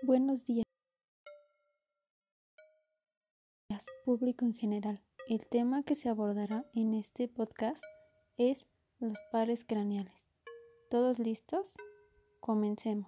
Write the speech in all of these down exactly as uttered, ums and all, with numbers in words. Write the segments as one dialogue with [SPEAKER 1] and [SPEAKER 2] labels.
[SPEAKER 1] Buenos días, público en general. El tema que se abordará en este podcast es los pares craneales. ¿Todos listos? Comencemos.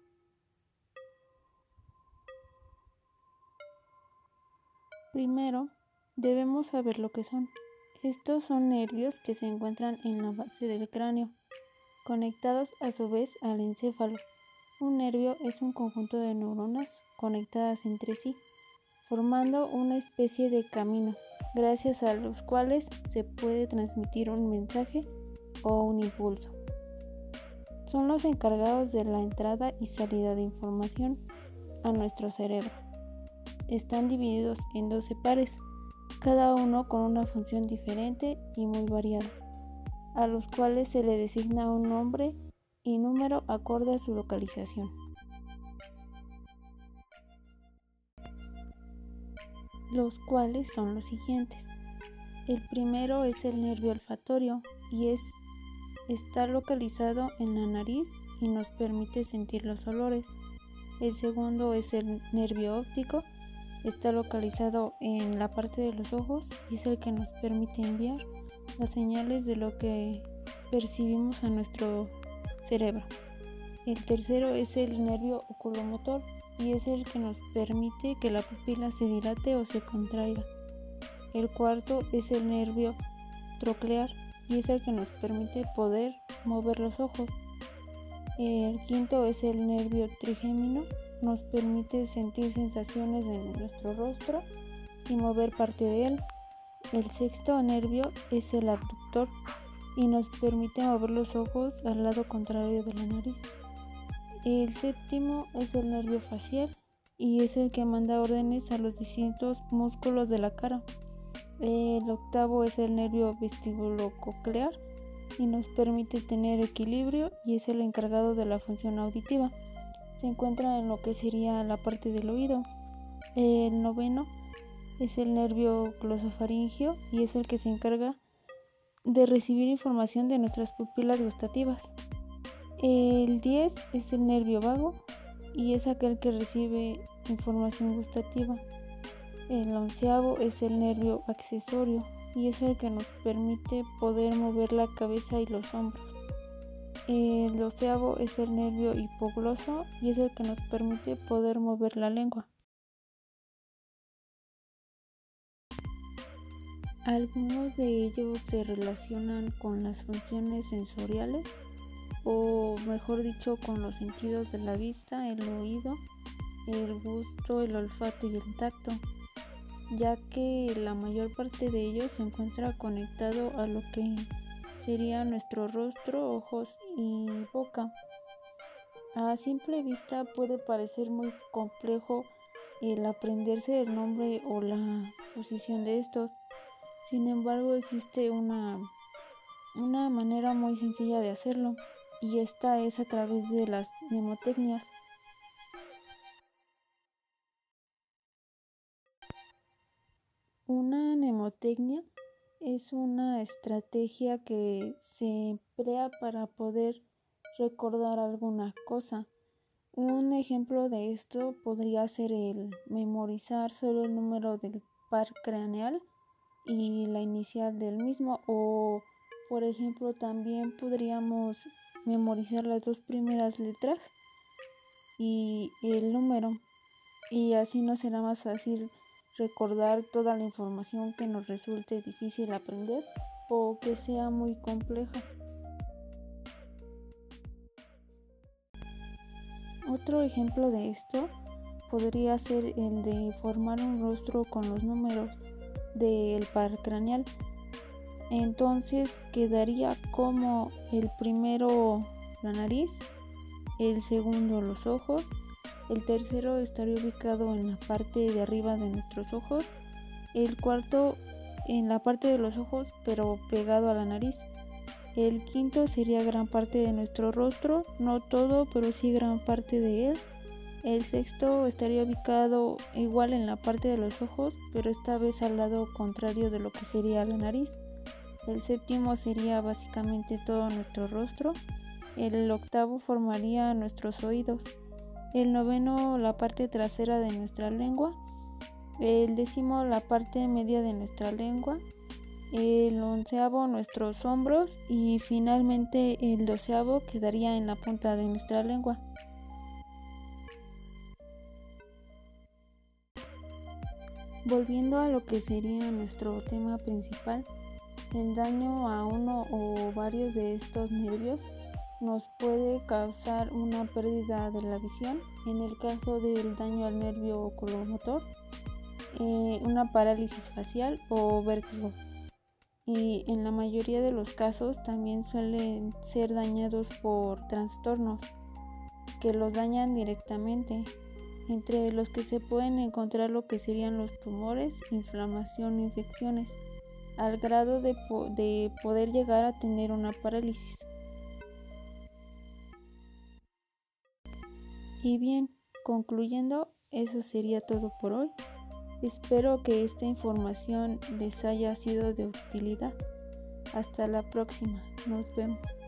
[SPEAKER 1] Primero, debemos saber lo que son. Estos son nervios que se encuentran en la base del cráneo, conectados a su vez al encéfalo. Un nervio es un conjunto de neuronas conectadas entre sí, formando una especie de camino, gracias a los cuales se puede transmitir un mensaje o un impulso. Son los encargados de la entrada y salida de información a nuestro cerebro. Están divididos en doce pares, cada uno con una función diferente y muy variada, a los cuales se le designa un nombre y número acorde a su localización. Los cuales son los siguientes. El primero es el nervio olfatorio y es, está localizado en la nariz y nos permite sentir los olores. El segundo es el nervio óptico, está localizado en la parte de los ojos y es el que nos permite enviar las señales de lo que percibimos a nuestro cerebro. El tercero es el nervio oculomotor y es el que nos permite que la pupila se dilate o se contraiga. El cuarto es el nervio troclear y es el que nos permite poder mover los ojos. El quinto es el nervio trigémino, nos permite sentir sensaciones en nuestro rostro y mover parte de él. El sexto nervio es el abductor y nos permite mover los ojos al lado contrario de la nariz. El séptimo es el nervio facial y es el que manda órdenes a los distintos músculos de la cara. El octavo es el nervio vestibulococlear y nos permite tener equilibrio y es el encargado de la función auditiva. Se encuentra en lo que sería la parte del oído. El noveno es el nervio glosofaringeo y es el que se encarga de recibir información de nuestras pupilas gustativas. El diez es el nervio vago y es aquel que recibe información gustativa. El onceavo es el nervio accesorio y es el que nos permite poder mover la cabeza y los hombros. El doceavo es el nervio hipogloso y es el que nos permite poder mover la lengua. Algunos de ellos se relacionan con las funciones sensoriales, o mejor dicho, con los sentidos de la vista, el oído, el gusto, el olfato y el tacto, ya que la mayor parte de ellos se encuentra conectado a lo que sería nuestro rostro, ojos y boca. A simple vista puede parecer muy complejo el aprenderse el nombre o la posición de estos. Sin embargo, existe una, una manera muy sencilla de hacerlo, y esta es a través de las mnemotecnias. Una mnemotecnia es una estrategia que se emplea para poder recordar alguna cosa. Un ejemplo de esto podría ser el memorizar solo el número del par craneal y la inicial del mismo, o por ejemplo también podríamos memorizar las dos primeras letras y el número, y así nos será más fácil recordar toda la información que nos resulte difícil aprender o que sea muy compleja. Otro ejemplo de esto podría ser el de formar un rostro con los números del par craneal. Entonces quedaría como el primero la nariz, el segundo los ojos, el tercero estaría ubicado en la parte de arriba de nuestros ojos, el cuarto en la parte de los ojos pero pegado a la nariz, el quinto sería gran parte de nuestro rostro, no todo pero sí gran parte de él, el sexto estaría ubicado igual en la parte de los ojos pero esta vez al lado contrario de lo que sería la nariz, el séptimo sería básicamente todo nuestro rostro, el octavo formaría nuestros oídos, el noveno la parte trasera de nuestra lengua, el décimo la parte media de nuestra lengua, el onceavo nuestros hombros y finalmente el doceavo quedaría en la punta de nuestra lengua. Volviendo a lo que sería nuestro tema principal, el daño a uno o varios de estos nervios nos puede causar una pérdida de la visión, en el caso del daño al nervio oculomotor, eh, una parálisis facial o vértigo. Y en la mayoría de los casos también suelen ser dañados por trastornos que los dañan directamente, entre los que se pueden encontrar lo que serían los tumores, inflamación o infecciones, al grado de, po- de poder llegar a tener una parálisis. Y bien, concluyendo, eso sería todo por hoy. Espero que esta información les haya sido de utilidad. Hasta la próxima. Nos vemos.